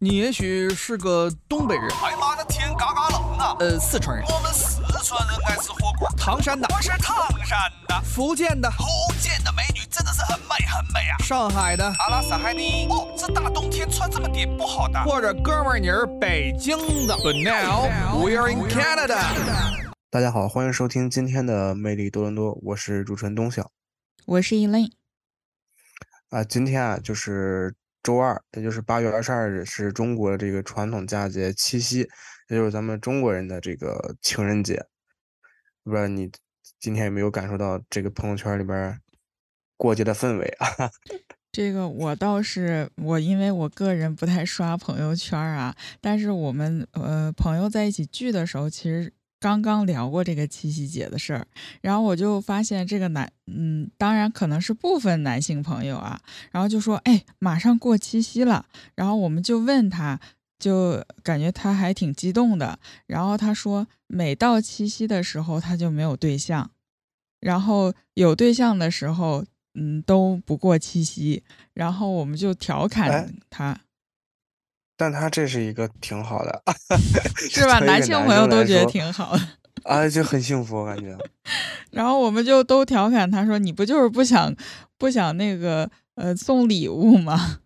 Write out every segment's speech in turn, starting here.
你也许是个东北人。 哎妈的天嘎嘎冷啊！ 四川人。 我们四川人爱吃火锅。 唐山的。 我是唐山的。 福建的。 福建的美女真的是很美很美啊。 上海的。 阿拉斯海尼。哦，这大冬天穿这么点不好的。 或者哥们儿你是北京的。But now we're in Canada。 大家好，欢迎收听今天的魅力多伦多，我是主持人东晓， 我是Elaine。 今天就是周二，也就是8月22日，是中国的这个传统佳节七夕，也就是咱们中国人的这个情人节。不知道你今天有没有感受到这个朋友圈里边过节的氛围啊？ 这个我倒是因为我个人不太刷朋友圈啊，但是我们朋友在一起聚的时候，其实刚刚聊过这个七夕节的事儿，然后我就发现这个当然可能是部分男性朋友啊，然后就说马上过七夕了，然后我们就问他，就感觉他还挺激动的，然后他说每到七夕的时候他就没有对象，然后有对象的时候都不过七夕，然后我们就调侃他。 但他这是一个挺好的， 是吧？男性朋友都觉得挺好的啊，就很幸福，我感觉。 然后我们就都调侃他说：“你不就是不想那个送礼物吗？”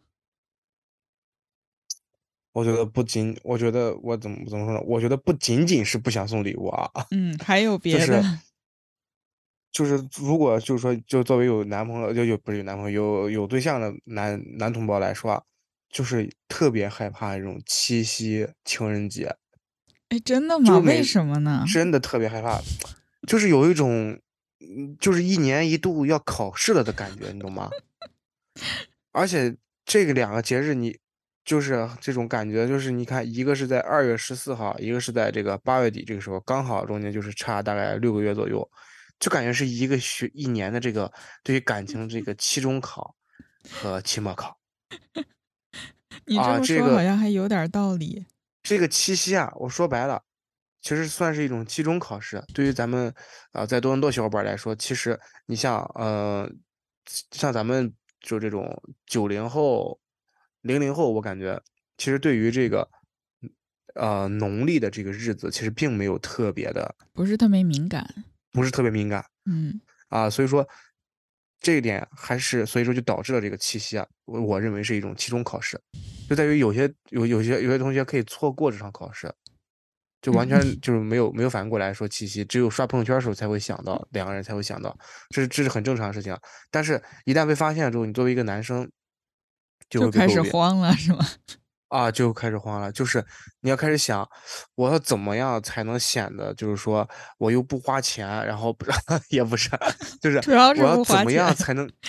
我觉得我怎么说呢？我觉得不仅仅是不想送礼物啊， 还有别的。 就是如果就是说，就作为有男朋友不是有男朋友有对象的男同胞来说啊，就是特别害怕这种七夕情人节。 真的吗？为什么呢？ 真的特别害怕，就是有一种就是1年1度要考试了的感觉，你懂吗？而且这个2个节日你就是这种感觉，就是你看一个是在2月14号，一个是在这个8月底，这个时候刚好中间就是差大概6个月左右，就感觉是一年的这个对于感情这个期中考和期末考。 你这么说好像还有点道理。 这个七夕啊，我说白了，其实算是一种期中考试。对于咱们在多伦多小伙伴来说，其实你像咱们就这种90后、00后，我感觉其实对于这个农历的这个日子，其实并没有特别的， 不是特别敏感。 所以说这一点所以说就导致了这个七夕啊，我认为是一种期中考试，就在于有些同学可以错过这场考试，就完全就是没有反应过来说七夕，只有刷朋友圈的时候才会想到，两个人才会想到，这是很正常的事情。但是一旦被发现之后，你作为一个男生就会开始慌了，是吗？ 就开始慌了，就是你要开始想，我要怎么样才能显得就是说我又不花钱，然后也不是，就是主要是我要怎么样才能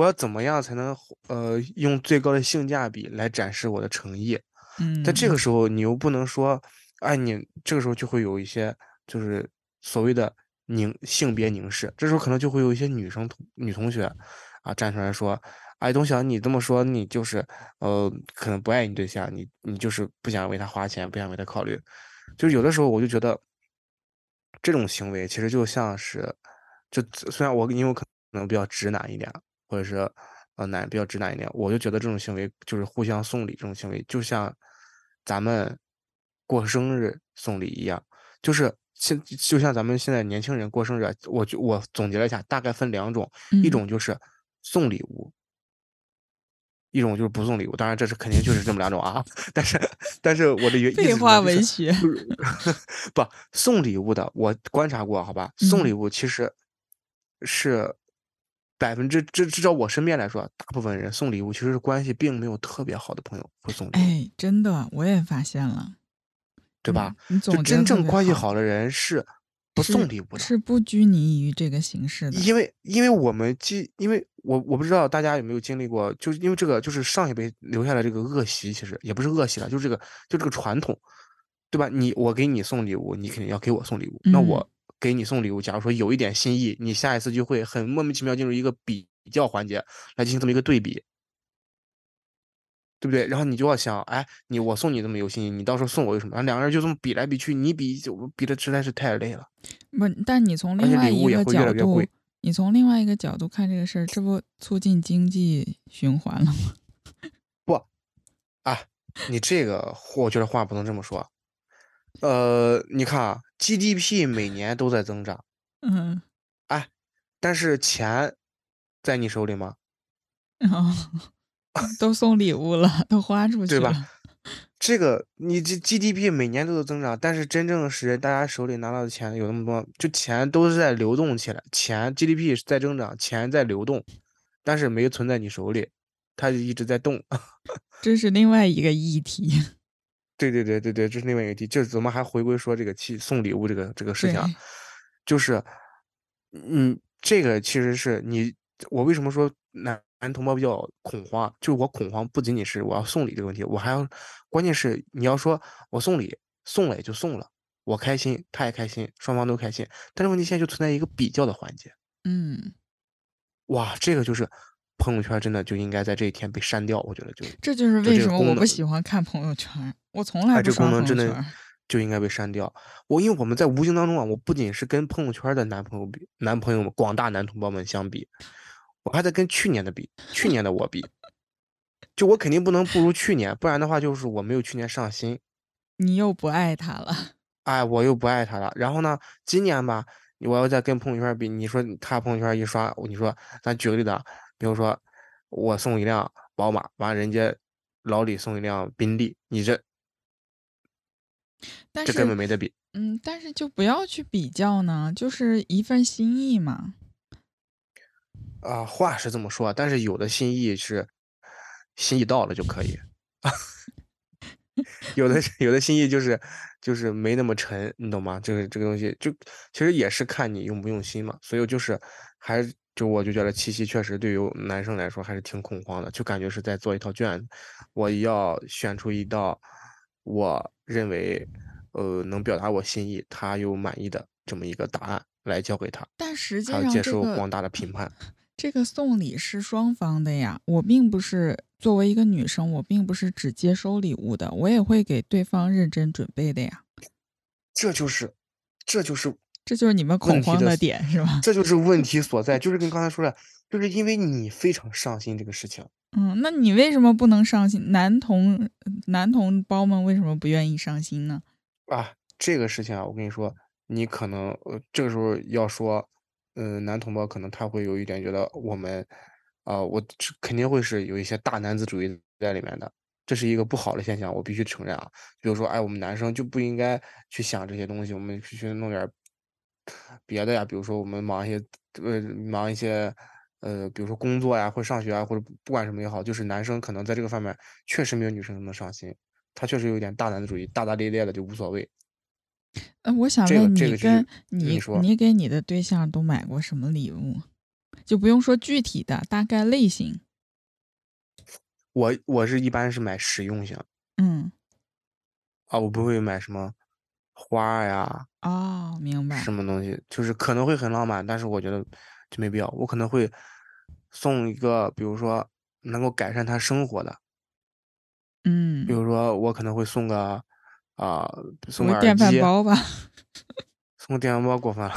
用最高的性价比来展示我的诚意。但这个时候你又不能说，你这个时候就会有一些就是所谓的性别凝视，这时候可能就会有一些女同学站出来说，东晓你这么说，你就是可能不爱你对象，你就是不想为他花钱，不想为他考虑。就是有的时候我就觉得这种行为其实就像是，虽然因为我可能比较直男一点，或者是比较直男一点，我就觉得这种行为就是互相送礼，这种行为就像咱们过生日送礼一样，就像咱们现在年轻人过生日，我总结了一下，大概分2种，一种就是送礼物，一种就是不送礼物。当然这是肯定就是这么2种啊，但是我的意思废话文学不送礼物的，我观察过，好吧，送礼物其实是至少我身边来说，大部分人送礼物其实是关系并没有特别好的朋友会送礼物。 真的，我也发现了， 对吧？ 就真正关系好的人是不送礼物的， 是不拘泥于这个形式的。 因为我不知道大家有没有经历过，就是因为这个就是上一辈留下来这个恶习，其实也不是恶习了，就这个传统，对吧？我给你送礼物，你肯定要给我送礼物。那我给你送礼物，假如说有一点心意，你下一次就会很莫名其妙进入一个比较环节来进行这么一个对比。对不对？然后你就要想，我送你这么有心意，你到时候送我有什么？2个人就这么比来比去，你比的实在是太累了。 但你从另外一个角度，看这个事儿，这不促进经济循环了吗？ 不， 你这个我觉得话不能这么说。你看啊，GDP 每年都在增长， 嗯， 哎，但是钱在你手里吗？ 哦，都送礼物了，都花出对吧？ 去了。 这个你这 GDP 每年都在增长，但是真正是大家手里拿到的钱有那么多，就钱都是在流动起来，钱 GDP 是在增长，钱在流动，但是没存在你手里，它就一直在动。 这是另外一个议题。 对对对对对，这是另外一个题，就是怎么还回归说这个送礼物这个事情啊， 对， 就是，这个其实是我为什么说男同胞比较恐慌，就是我恐慌不仅仅是我要送礼这个问题，我还要，关键是你要说我送礼送了也就送了，我开心他也开心，双方都开心，但是问题现在就存在一个比较的环节， 嗯， 哇，这个就是朋友圈真的就应该在这一天被删掉，我觉得这就是就为什么我这个功能。 不喜欢看朋友圈，我从来哎，这功不刷能真的朋友圈。 就应该被删掉。因为我们在无形当中啊，我不仅是跟朋友圈的男朋友们、广大男同胞们相比，我还在跟去年的比，去年的我比，就我肯定不能不如去年，不然的话就是我没有去年上心。 你又不爱他了。 哎，我又不爱他了。然后呢，今年吧，我要再跟朋友圈比，你说他朋友圈一刷，你说咱举个例子啊，比如说我送一辆宝马，完人家老李送一辆宾利，你这根但是， 本没得比。 但是就不要去比较呢，就是一份心意嘛。 啊，话是这么说，但是有的心意是心意到了就可以，有的心意就是没那么沉，你懂吗？这个东西其实也是看你用不用心嘛。所以我就觉得七夕确实对于男生来说还是挺恐慌的，就感觉是在做一套卷子，我要选出一道我认为能表达我心意，他又满意的这么一个答案来交给他， 但实际还要接上这个受广大的评判。 这个送礼是双方的呀，我并不是作为一个女生，我并不是只接收礼物的，我也会给对方认真准备的呀。 这就是这就是这就是你们问题的， 恐慌的点是吧？ 这就是问题所在，就是跟刚才说的，就是因为你非常上心这个事情那你为什么不能上心？男同胞们为什么不愿意上心呢？ 啊，这个事情啊，我跟你说，你可能这个时候要说，男同胞可能他会有一点觉得我们，肯定会是有一些大男子主义在里面的，这是一个不好的现象，我必须承认啊。比如说，哎，我们男生就不应该去想这些东西，我们去弄点儿别的呀，比如说我们忙一些比如说工作呀，或者上学啊，或者不管什么也好，就是男生可能在这个方面确实没有女生那么上心，他确实有点大男子主义，大大咧咧的就无所谓。 我想这个问你， 这个就是跟你你说， 你给你的对象都买过什么礼物？就不用说具体的，大概类型。 我是一般是买实用型嗯， 啊，我不会买什么花儿呀， 哦，明白。 什么东西，就是可能会很浪漫，但是我觉得就没必要。我可能会送一个，比如说能够改善他生活的，比嗯， 如说我可能会啊、送个送个电饭耳机， 煲吧。 送个电饭煲过分了，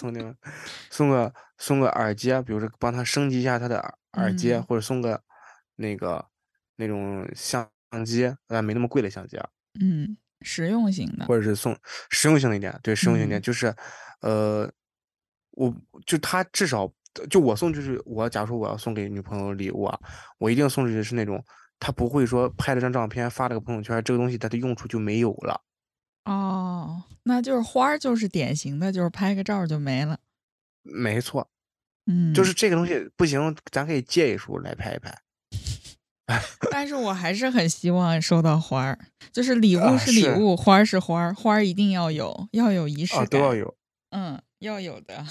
送个耳机啊，比如说帮他升级一下他的耳机， 嗯或者送个那个那种相机，没那么贵的相机啊， 实用型的。 或者是送实用性的一点，对，实用性一点， 嗯， 就是呃，我就他至少就我送就是假如说我要送给女朋友礼物啊，我一定送出去是那种他不会说拍了张照片发了个朋友圈，这个东西它的用处就没有了。 哦，那就是花儿，就是典型的，就是拍个照就没了。 没错，就嗯， 是这个东西不行，咱可以借一束来拍一拍。 但是我还是很希望收到花儿，就是礼物是礼是物，花儿是花儿，花儿一定要有，要有仪式啊，都要感。 有。 要有的。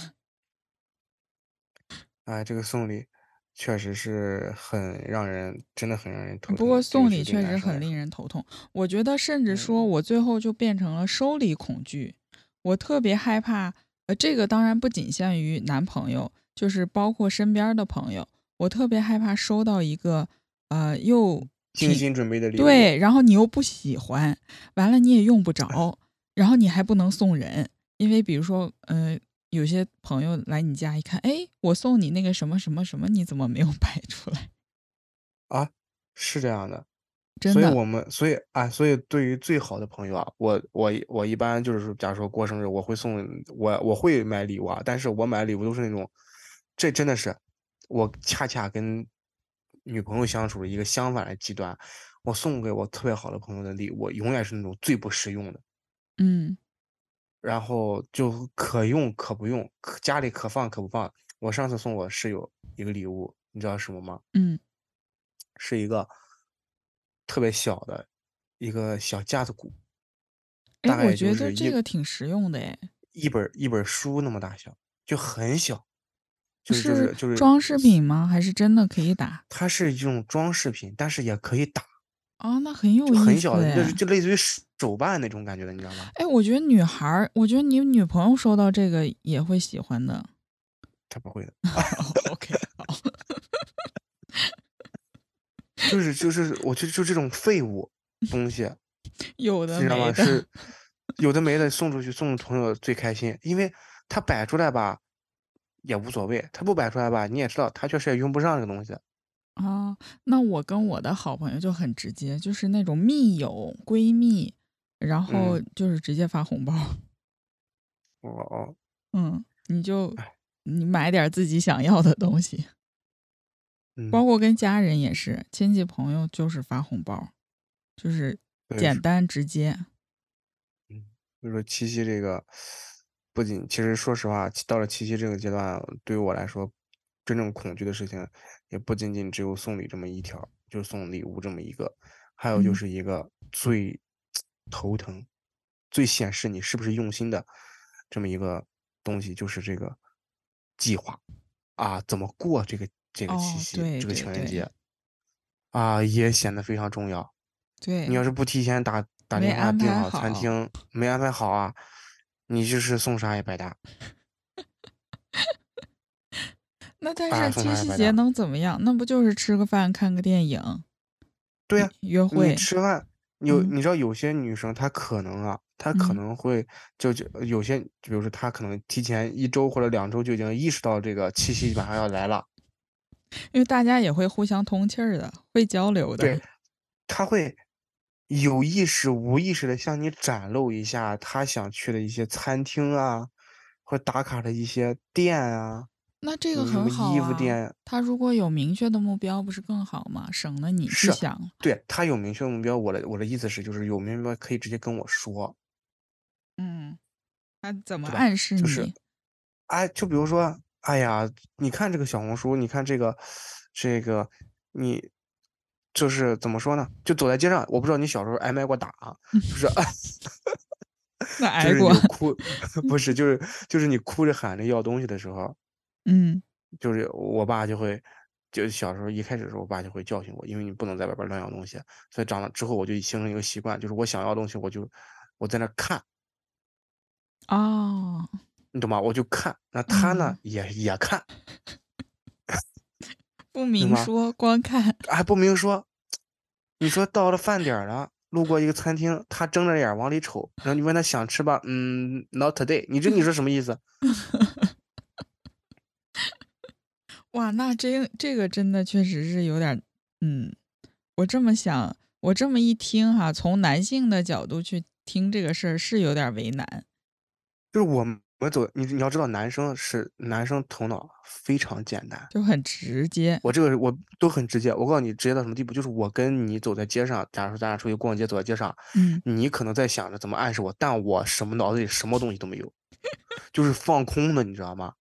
哎，这个送礼确实是真的很让人头不过疼，尤送礼其对确实很男生来说。 令人头痛，我觉得甚至说嗯， 我最后就变成了收礼恐惧，我特别害怕，这个当然不仅限于男朋友，就是包括身边的朋友，我特别害怕收到一个，又挺精心准备的礼物。 对，然后你又不喜欢，完了你也用不着，然后你还不能送人，因为比如说，有些朋友来你家一看，哎，我送你那个什么什么什么，你怎么没有摆出来？ 啊，是这样的。 真的。 所以对于最好的朋友啊，我一般就是说，假如说过生日，我会买礼物啊，但是我买礼物都是那种，这真的是我恰恰跟女朋友相处的一个相反的极端，我送给我特别好的朋友的礼物，永远是那种最不实用的， 嗯然后就可用可不用，家里可放可不放。我上次送我室友一个礼物，你知道是什么吗？ 嗯， 是一个特别小的一个小架子鼓， 哎， 大概也就我觉得是这个挺实用的，哎， 一本书那么大小，就很小，就是就是是就是装饰品吗？还是真的可以打？ 它是一种装饰品，但是也可以打， 啊，那很有就意很小的，就思哎。 就类似于手办那种感觉的，你知道吗？ 哎，我觉得女孩儿，我觉得你女朋友收到这个也会喜欢的。 他不会的， OK，好。 我就这种废物东西， 有的你知道吗？ 没的。 是有的没的送出去，送朋友最开心，因为他摆出来吧也无所谓，他不摆出来吧，你也知道他确实也用不上这个东西。 啊，那我跟我的好朋友就很直接，就是那种密友、闺蜜，然后嗯， 就是直接发红包。 哦， 嗯， 哎， 你买点自己想要的东西，包嗯， 括跟家人也是，亲戚朋友就是发红包，就是对， 简单直接。 嗯，所以说七夕这个，不仅其实说实话，到了七夕这个阶段，对于我来说，真正恐惧的事情，也不仅仅只有送礼这么一条，就送礼物这么一个，还有就嗯， 是一个最头疼、最显示你是不是用心的这么一个东西，就是这个计划啊，怎么过这个七哦， 夕， 对这个对对情人节啊，也显得非常重要。你要对， 是不提前打电话没安订好餐排好。 厅，没安排好啊，你就是送啥也白搭那但啊， 是送七夕节啥也白搭。 能怎么样？那不就是吃个饭、看个电影、 对呀，你约会？ 吃饭嗯你知道有些女生她可能啊，她可嗯， 能会就有些，比如说她可能提前1周或者2周就已经意识到这个七夕马上要来了， 因为大家也会互相通气儿的，会交流的。 对，她会有意识无意识的向你展露一下她想去的一些餐厅啊，或者打卡的一些店啊。 那这比个很如什么衣服好啊， 店， 他如果有明确的目标，不是更好吗？省得你去是， 想。 对，他有明确的目标。我的意思是，就是有明标可以直接跟我说， 嗯，他怎么对吧？ 暗示就是， 你？ 哎，就比如说，哎呀，你看这个小红书，你看这个，你就是怎么说呢？就走在街上，我不知道你小时候挨没挨过打啊，就是就是那挨过。 有哭，不是，就是你哭着喊着要东西的时候， 嗯， 就是我爸就会，就小时候一开始的时候，我爸就会教训我，因为你不能在外边乱要东西。所以长了之后，我就形成一个习惯，就是我想要东西，我在那看， 哦， 你懂吗？我就看，那他呢嗯， 也看， 不明白吗？ 明说，光看。 还不明说，你说到了饭点儿了，路过一个餐厅，他睁着眼儿往里瞅，然后你问他想吃吧，not today，你说什么意思？ 哇，那这个真的确实是有点儿，嗯，我这么想，我这么一听哈，从男性的角度去听这个事儿是有点儿为难。 就是我们走，你要知道，男生头脑非常简单。 就很直接。 我都很直接，我告诉你，直接到什么地步，就是我跟你走在街上，假如说咱俩出去逛街，走在街上， 嗯， 你可能在想着怎么暗示我，但我脑子里什么东西都没有，就是放空的，你知道吗？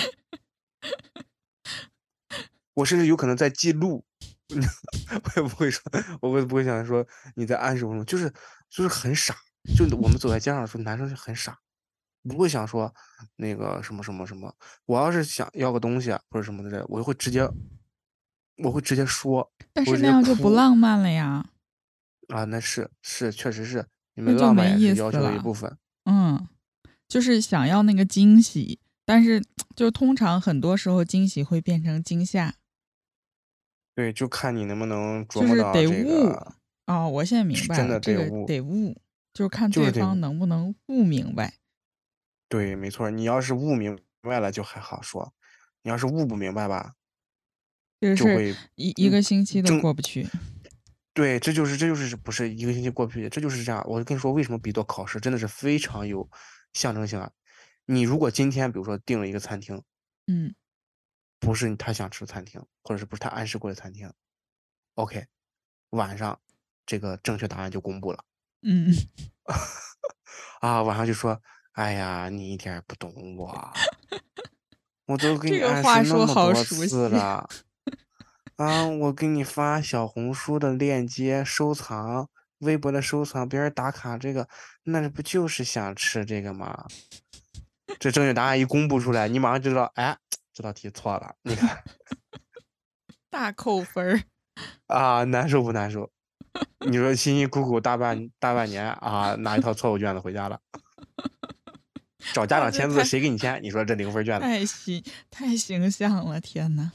我甚至有可能在记录，我也不会说，我也不会想说你在暗示我什么，就是很傻，就我们走在街上的时候，男生就很傻，不会想说那个什么什么什么，我要是想要个东西啊或者什么的，我会直接说， 但是我会直那样就不接哭。 浪漫了呀， 啊，那确实是，你们那的浪漫就没意也是要求的一思了。 部分。 嗯，就是想要那个惊喜，但是就通常很多时候惊喜会变成惊吓， 对，就看你能不能琢就是磨到得悟。 这个， 哦，我现在明白了， 是真的这个得悟， 得悟，就是看对方就是得悟。 能不能悟明白。 对，没错儿，你要是悟明白了就还好说，你要是悟不明白吧， 这个事儿就会， 一个星期都争， 过不去。 对，这就是不是一个星期过不去，这就是这样。我跟你说，为什么比作考试真的是非常有象征性啊？你如果今天比如说订了一个餐厅， 嗯不是他想吃的餐厅，或者是不是他暗示过的餐厅，OK，晚上这个正确答案就公布了嗯， 啊，晚上就说，哎呀，你一点也不懂我都给这个你暗示话说好那么多熟悉。 次了。啊，我给你发小红书的链接收藏，微博的收藏，别人打卡这个，那不就是想吃这个吗？这正确答案一公布出来，你马上就知道，哎，这道题错了。你看大扣分儿。 啊，难受不难受？你说辛辛苦苦大半年啊，拿一套错误卷子回家了，找家哇， 长签字，谁给你签？你说这0分卷子， 太形象了，天呐。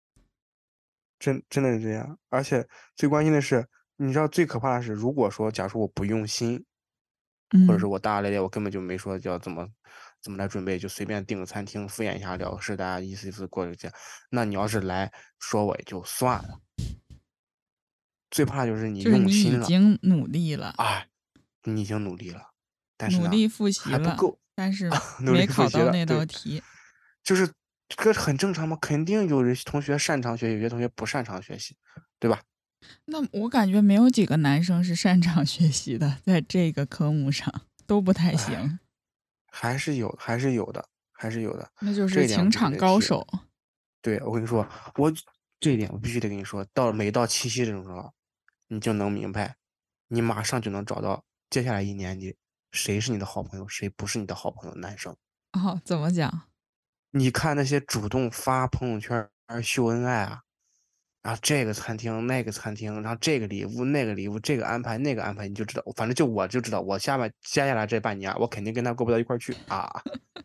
真的是这样。而且最关键的是，你知道最可怕的是，如果说假如我不用心，或者是我大大咧咧，我根本就没说要怎么来准备，就随便订个餐厅敷衍一下了事，大家意思意思过个节。那你要是来说我也就算了，最怕就是你就是你已用心了经努力了， 啊，你已经努力了，但是呢努力复习了， 还不够， 但是努力没复习了， 考到那道对， 题。 就是这很正常嘛，肯定有人同学擅长学习，有些同学不擅长学习，对吧？ 那我感觉没有几个男生是擅长学习的，在这个科目上都不太行。 还是有的。 那就是情场高手。 对，我跟你说，这一点我必须得跟你说，每到七夕这种时候，你就能明白，你马上就能找到接下来1年里谁是你的好朋友，谁不是你的好朋友。男生哦，怎么讲？ 你看那些主动发朋友圈秀恩爱啊，然后这个餐厅那个餐厅，然后这个礼物那个礼物，这个安排那个安排，你就知道，反正我就知道，我接下来这半年，我肯定跟他过不到一块儿去啊。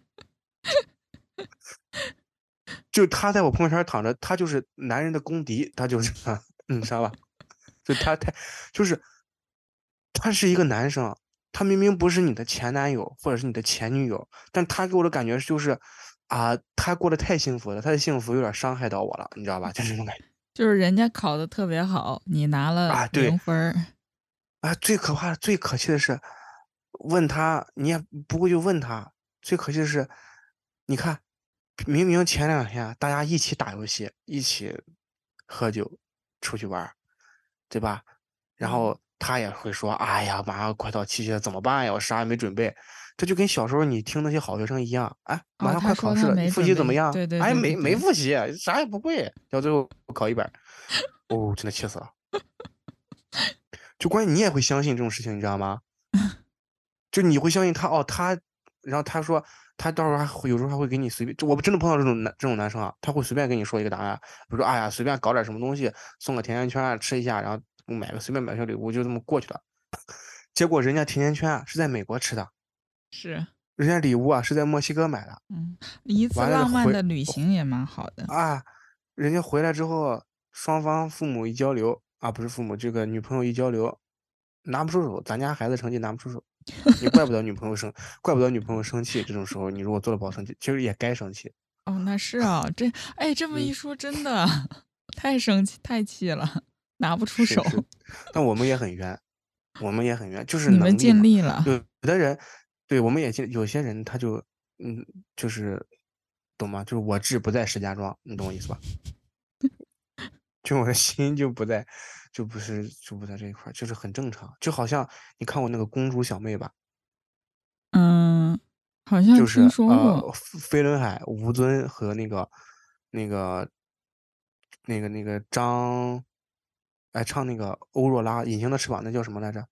就他在我朋友圈躺着，他就是男人的公敌，他就是你知道吧？就就是他是一个男生，他明明不是你的前男友或者是你的前女友，但他给我的感觉就是啊，他过得太幸福了，他的幸福有点伤害到我了，你知道吧？就这种感觉。 就是人家考的特别好，你拿了对 0分啊，最可怕的、最可气的是，问他你也不会就问他，最可气的是，你看，明明前2天大家一起打游戏，一起喝酒，出去玩，对吧？然后他也会说，哎呀，马上快到七夕了，怎么办呀？我啥也没准备。这就跟小时候你听那些好学生一样，哎，马上快考试了，你复习怎么样？ 对对对， 哎，没复习，啥也不会，到最后考100，哦，真的气死了。就关键你也会相信这种事情，你知道吗？就你会相信他哦，然后他说他到时候有时候还会给你随便，就我真的碰到这种男生啊，他会随便跟你说一个答案，比如说哎呀随便搞点什么东西，送个甜甜圈吃一下，然后随便买个礼物，就这么过去了。结果人家甜甜圈啊是在美国吃的， 是人家礼物啊是在墨西哥买的， 一次浪漫的旅行也蛮好的啊。人家回来之后，双方父母一交流啊，不是父母，这个女朋友一交流，拿不出手，咱家孩子成绩拿不出手，你怪不得女朋友生气。这种时候，你如果做了不好生气，其实也该生气。 哦，那是啊，这么一说，真的太生气太气了，拿不出手。 但我们也很冤，就是你们尽力了。 有的人，对，我们也有些人他就就是懂吗？就是我志不在石家庄，你懂我意思吧？就我的心就不在这一块，就是很正常。就好像你看过那个公主小妹吧？ 好像就是听说过。 飞轮海吴尊和那个张，哎，唱那个欧若拉《隐形的翅膀》，那叫什么来着？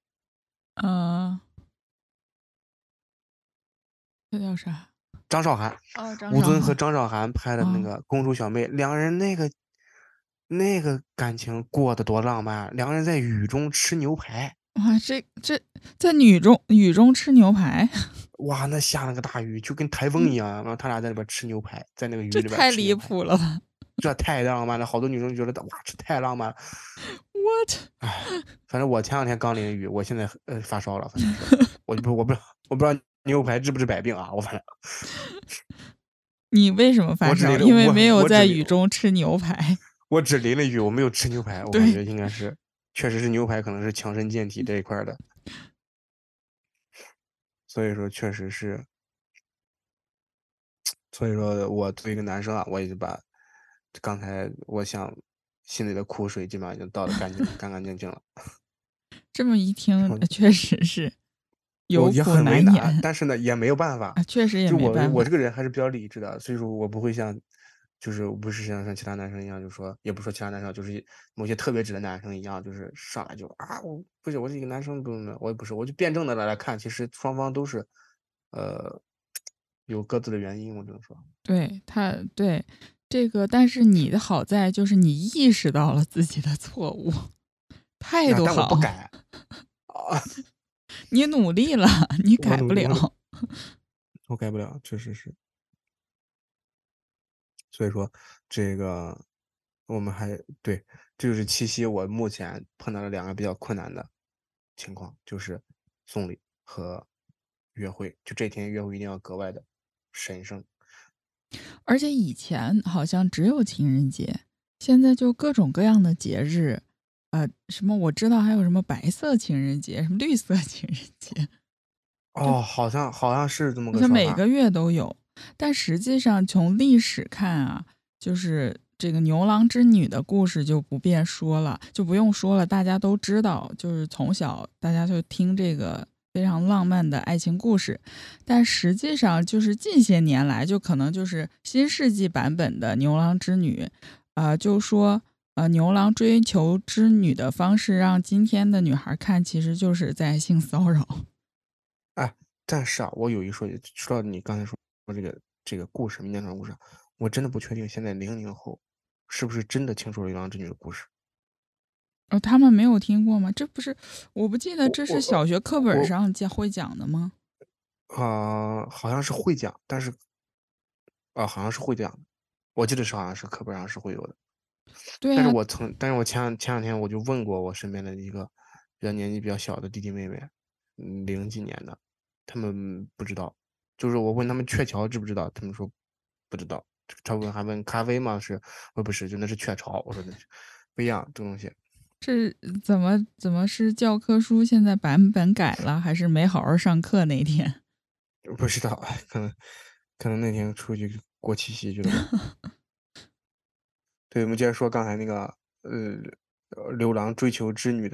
那叫啥？ 张韶涵。 哦， 吴尊和张韶涵拍的那个《公主小妹》，两人那个感情过得多浪漫，两个人在雨中吃牛排。 哇，这在雨中吃牛排。 哇，那下了个大雨，就跟台风一样，然后他俩在里边吃牛排，在那个雨里边吃牛排。 太离谱了吧！ 这太浪漫了，好多女生觉得哇，这太浪漫了。 What？ 哎，反正我前2天刚淋雨，我现在发烧了，反正是我不知道牛排治不治百病啊，我反正。 你为什么发烧？因为没有在雨中吃牛排。 我只淋了雨，我没有吃牛排，我感觉应该是确实是牛排可能是强身健体这一块的，所以说确实是，所以说我作为一个男生啊，我也就把刚才我想心里的苦水基本上已经倒得干干净净了。 这么一听， 我确实是我也有苦很为难， 难言但是呢也没有办法。 啊，确实也就没办法。 我这个人还是比较理智的，所以说我不会像，就是我不是像其他男生一样，就说也不说其他男生，就是某些特别直的男生一样，就是上来就啊，我不是我是一个男生，不，我也不是，我就辩证的来看，其实双方都是，呃，有各自的原因，我只能说。 对这个，但是你的好在就是你意识到了自己的错误，态度但我不好， 改啊， 你努力了，你改不我努力， 了。 我改不了，确实是。所以说这个我们还对，这就是七夕我目前碰到了2个比较困难的情况，就是送礼和约会，就这天约会一定要格外的神圣。 而且以前好像只有情人节，现在就各种各样的节日，什么我知道还有什么白色情人节，什么绿色情人节， 哦，好像是这么好像个说法。 每个月都有。但实际上从历史看啊，就是这个牛郎织女的故事就不便说了，就不用说了，大家都知道，就是从小大家就听这个非常浪漫的爱情故事。但实际上就是近些年来，就可能就是新世纪版本的牛郎织女，就说牛郎追求织女的方式让今天的女孩看，其实就是在性骚扰。 哎，但是啊，我有一说一，说到你刚才说这个故事，民间传说故事，我真的不确定现在00后是不是真的听说了牛郎织女的故事。 他们没有听过吗？这不是，我不记得我这是我小学课本我上会讲的吗？ 好像是会讲，但是好像是会讲的，我记得是好像是课本上是会有的。 对啊， 但是我前两天我就问过我身边的一个比较年纪比较小的弟弟妹妹，零几年的，他们不知道，就是我问他们鹊桥知不知道，他们说不知道。还问咖啡吗？我不是，就那是雀巢。我说那不一样，这东西这怎么是教科书现在版本改了，还是没好好上课那天？ 不知道，可能那天出去过七夕去了吧。对，我们接着说刚才那个牛郎追求织女的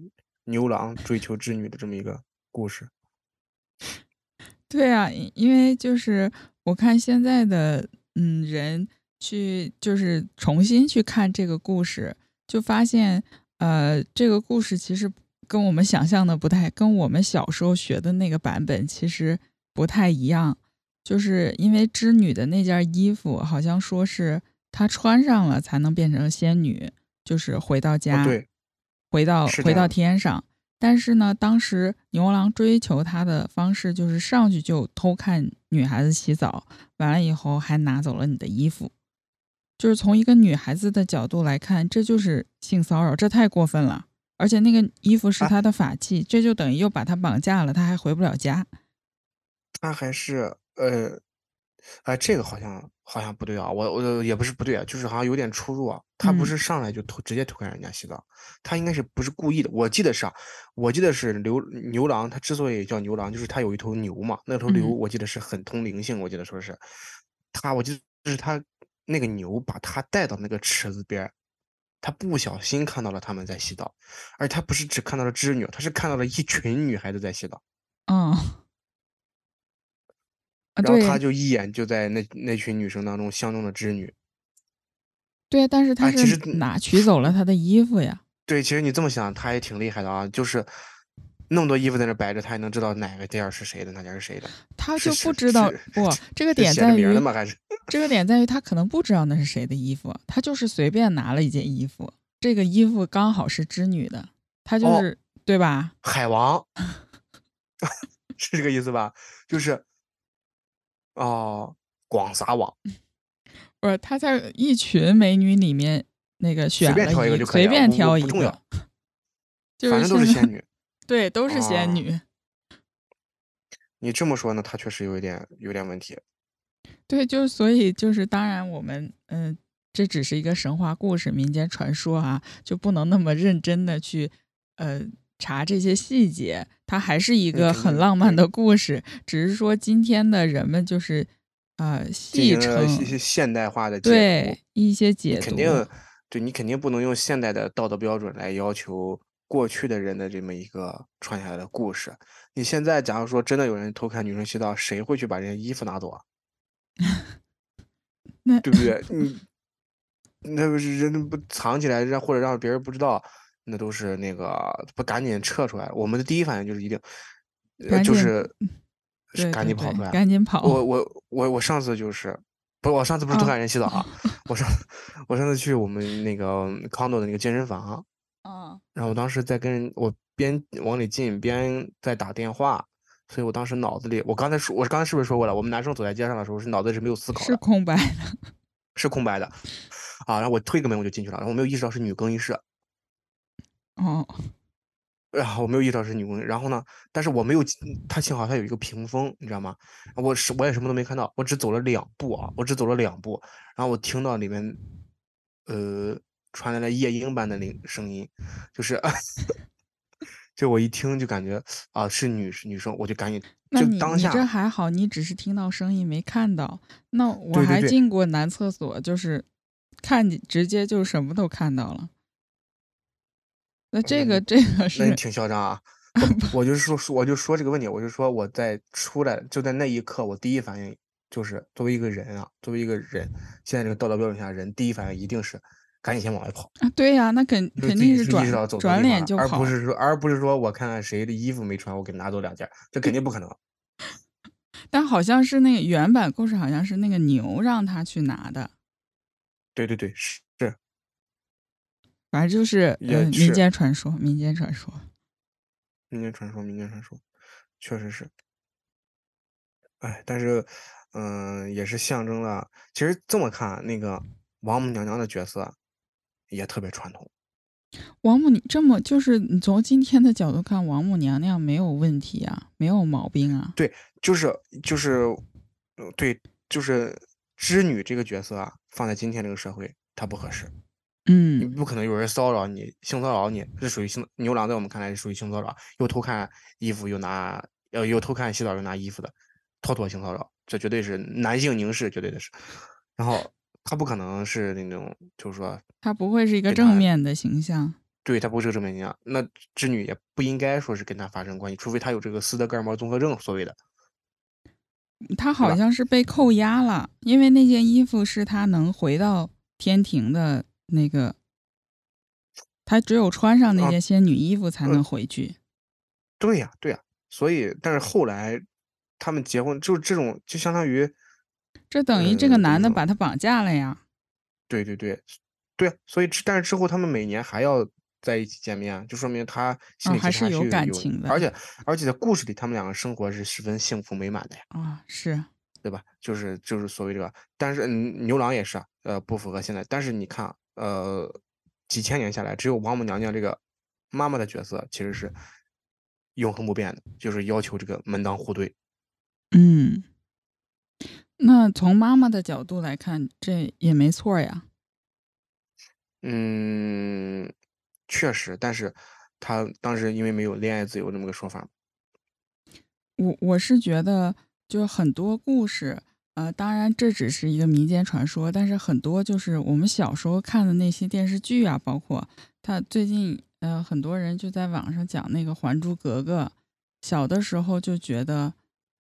这么一个故事。 对啊，因为就是我看现在的人去就是重新去看这个故事，就发现这个故事其实跟我们想象的不太，跟我们小时候学的那个版本其实不太一样。就是因为织女的那件衣服，好像说是她穿上了才能变成仙女，就是回到哦， 家， 对， 回到是这样的。 天上。但是呢，当时牛郎追求她的方式就是上去就偷看女孩子洗澡，完了以后还拿走了你的衣服。就是从一个女孩子的角度来看，这就是性骚扰，这太过分了。而且那个衣服是啊， 她的法器，这就等于又把她绑架了，她还回不了家。 他还是这个好像不对啊，我也不是不对啊，就是好像有点出入啊。他不嗯是上来就直接偷看人家洗澡，他应该是不是故意的？我记得是牛郎，他之所以叫牛郎，就是他有一头牛嘛，那头牛嗯， 我记得是很通灵性，我记得说是我记得是他那个牛把他带到那个池子边儿，他不小心看到了他们在洗澡，而他不是只看到了织女，他是看到了一群女孩子在洗澡。 嗯然后他对就一眼就在那群女生当中相中了织女。 对，但是他其实是哪取走了她的衣服呀？ 对，其实你这么想，他也挺厉害的啊，就是那么多衣服在那摆着，他还能知道哪个件儿是谁的，哪件是谁的， 他就不是是知道是不，这个是写着点在于， 名儿的吗？还是这个点在于他可能不知道那是谁的衣服，他就是随便拿了一件衣服，这个衣服刚好是织女的，他就哦， 是对吧？ 海王是这个意思吧？就是广撒网， 不是，他在一群美女里面那个随便挑一个选了就可以了， 随便我挑一个， 不重要，反正都就是现在是仙女对都是仙啊。 女， 你这么说呢，他确实有点问题。 对，就是所以就是当然我们这只是一个神话故事、民间传说啊，就不能那么认真的去查这些细节。它还是一个很浪漫的故事，只是说今天的人们就是戏称一些现代化的对一些解读， 你肯定不能用现代的道德标准来要求过去的人的这么一个传下来的故事。你现在假如说真的有人偷看女生洗澡，谁会去把这些衣服拿走啊？对不对？那不是人不藏起来，或者让别人不知道，那都是那个不赶紧撤出来。我们的第一反应就是一定，就是赶紧跑出来， 赶紧跑。 我上次就是我上次不是偷看人洗澡啊，我上次去我们那个 condo 的那个健身房，然后我当时在我边往里进边在打电话，所以我当时脑子里，我刚才是不是说过了？我们男生走在街上的时候是脑子是没有思考的， 是空白的， 是空白的啊。然后我推个门我就进去了，然后我没有意识到是女更衣室。然后我没有意识到是女更衣室，然后呢，但是我没有，它幸好它有一个屏风，你知道吗？我也什么都没看到，我只走了2步啊，然后我听到里面传来了夜莺般的声音，就是就我一听就感觉是女生，我就赶紧那就当下。 你这还好，你只是听到声音没看到。那我还进过男厕所，就是直接就什么都看到了。那这个是， 那你挺嚣张啊！我就说这个问题，我就说我在出来就在那一刻，我第一反应就是作为一个人，现在这个道德标准下，人第一反应一定是赶紧先往外跑啊！对呀，那肯定是转脸就跑， 而不是说我看看谁的衣服没穿，我给拿走2件，这肯定不可能。 但好像是那个原版故事，好像是那个牛让他去拿的。 对，是。 反正就是民间传说， 确实是。哎，但是也是象征了。其实这么看，那个王母娘娘的角色也特别传统。 王母就是你从今天的角度看，王母娘娘没有问题啊，没有毛病啊。 对，就是织女这个角色啊，放在今天这个社会，它不合适。你不可能有人骚扰你，性骚扰你，是属于牛郎，在我们看来是属于性骚扰，又偷看衣服又偷看洗澡又拿衣服的，妥性骚扰，这绝对是男性凝视，绝对的是。然后他不可能是那种，就是说他不会是一个正面的形象。 对，他不是个正面形象，那织女也不应该说是跟他发生关系，除非他有这个斯德哥尔摩综合症所谓的。 他好像是被扣押了，因为那件衣服是他能回到天庭的那个，他只有穿上那件仙女衣服才能回去。 对呀，所以但是后来他们结婚就这种，就相当于这等于这个男的把他绑架了呀。 对，所以但是之后他们每年还要在一起见面，就说明他心里还是有感情的。 而且在故事里他们2个生活是十分幸福美满的呀。 是， 对吧？就是所谓这个，但是牛郎也是不符合现在。但是你看几千年下来，只有王母娘娘这个妈妈的角色其实是永恒不变的，就是要求这个门当户对。 那从妈妈的角度来看，这也没错呀。 确实，但是他当时因为没有恋爱自由这么个说法。 我是觉得，就很多故事，当然这只是一个民间传说，但是很多就是我们小时候看的那些电视剧啊，包括他最近很多人就在网上讲那个《还珠格格》，小的时候就觉得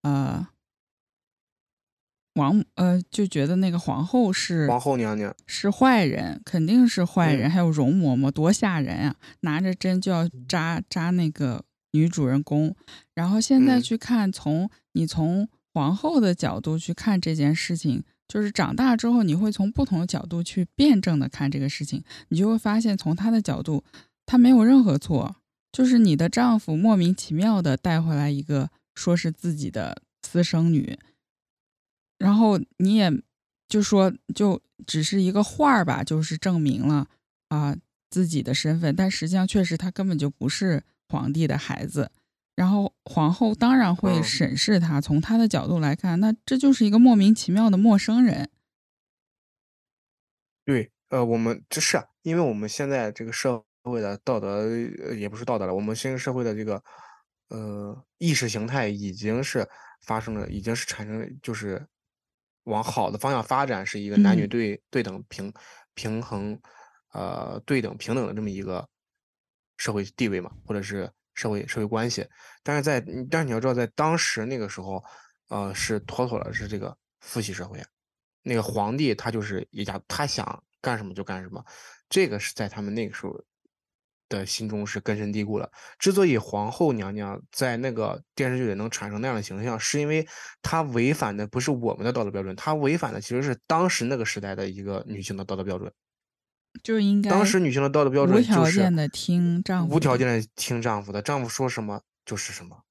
就觉得那个皇后娘娘是坏人，肯定是坏人，还有容嬷嬷多吓人啊，拿着针就要扎那个女主人公。然后现在去看，你从皇后的角度去看这件事情，就是长大之后你会从不同的角度去辩证的看这个事情，你就会发现从她的角度，她没有任何错，就是你的丈夫莫名其妙的带回来一个说是自己的私生女，然后你也就说就只是一个画吧，就是证明了自己的身份，但实际上确实他根本就不是皇帝的孩子。然后皇后当然会审视他，从他的角度来看，那这就是一个莫名其妙的陌生人。 对， 我们因为我们现在这个社会的道德，也不是道德了，我们现在社会的这个意识形态已经是发生了，已经是产生就是往好的方向发展，是一个男女对等平衡，对等平等的这么一个社会地位嘛，或者是社会关系。但是你要知道，在当时那个时候，是妥妥的是这个父系社会。那个皇帝他就是一家，他想干什么就干什么，这个是在他们那个时候的心中是根深蒂固了。之所以皇后娘娘在那个电视剧里能产生那样的形象，是因为她违反的不是我们的道德标准，她违反的其实是当时那个时代的一个女性的道德标准。 就应该当时女性的道德标准无就是条件的听丈夫的， 无条件的听丈夫的，丈夫说什么就是什么。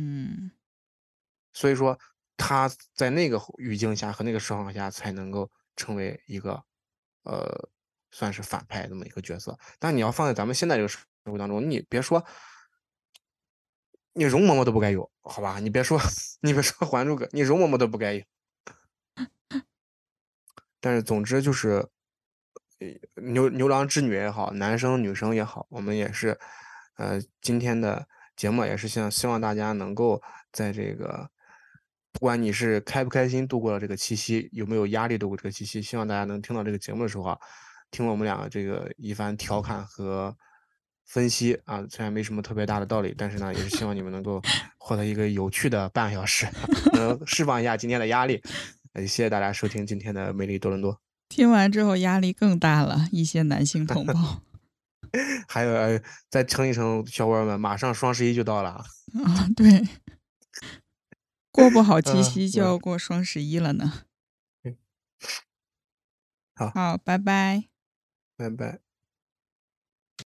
所以说她在那个语境下和那个状况下才能够成为一个算是反派这么一个角色。但你要放在咱们现在这个社会当中，你别说你容嬷嬷都不该有，好吧？你别说《还珠格》，你容嬷嬷都不该有。但是总之就是，牛郎织女也好，男生女生也好，我们也是，今天的节目也是希望大家能够在这个，不管你是开不开心度过了这个七夕，有没有压力度过这个七夕，希望大家能听到这个节目的时候啊，听我们俩这个一番调侃和分析啊，虽然没什么特别大的道理，但是呢，也是希望你们能够获得一个有趣的半个小时，能释放一下今天的压力。谢谢大家收听今天的美丽多伦多。 听完之后压力更大了，一些男性同胞。 还有，再称一称小伙伴们，马上双十一就到了啊！ 对，过不好七夕就要过双十一了呢。 好， 好，拜拜。 拜拜。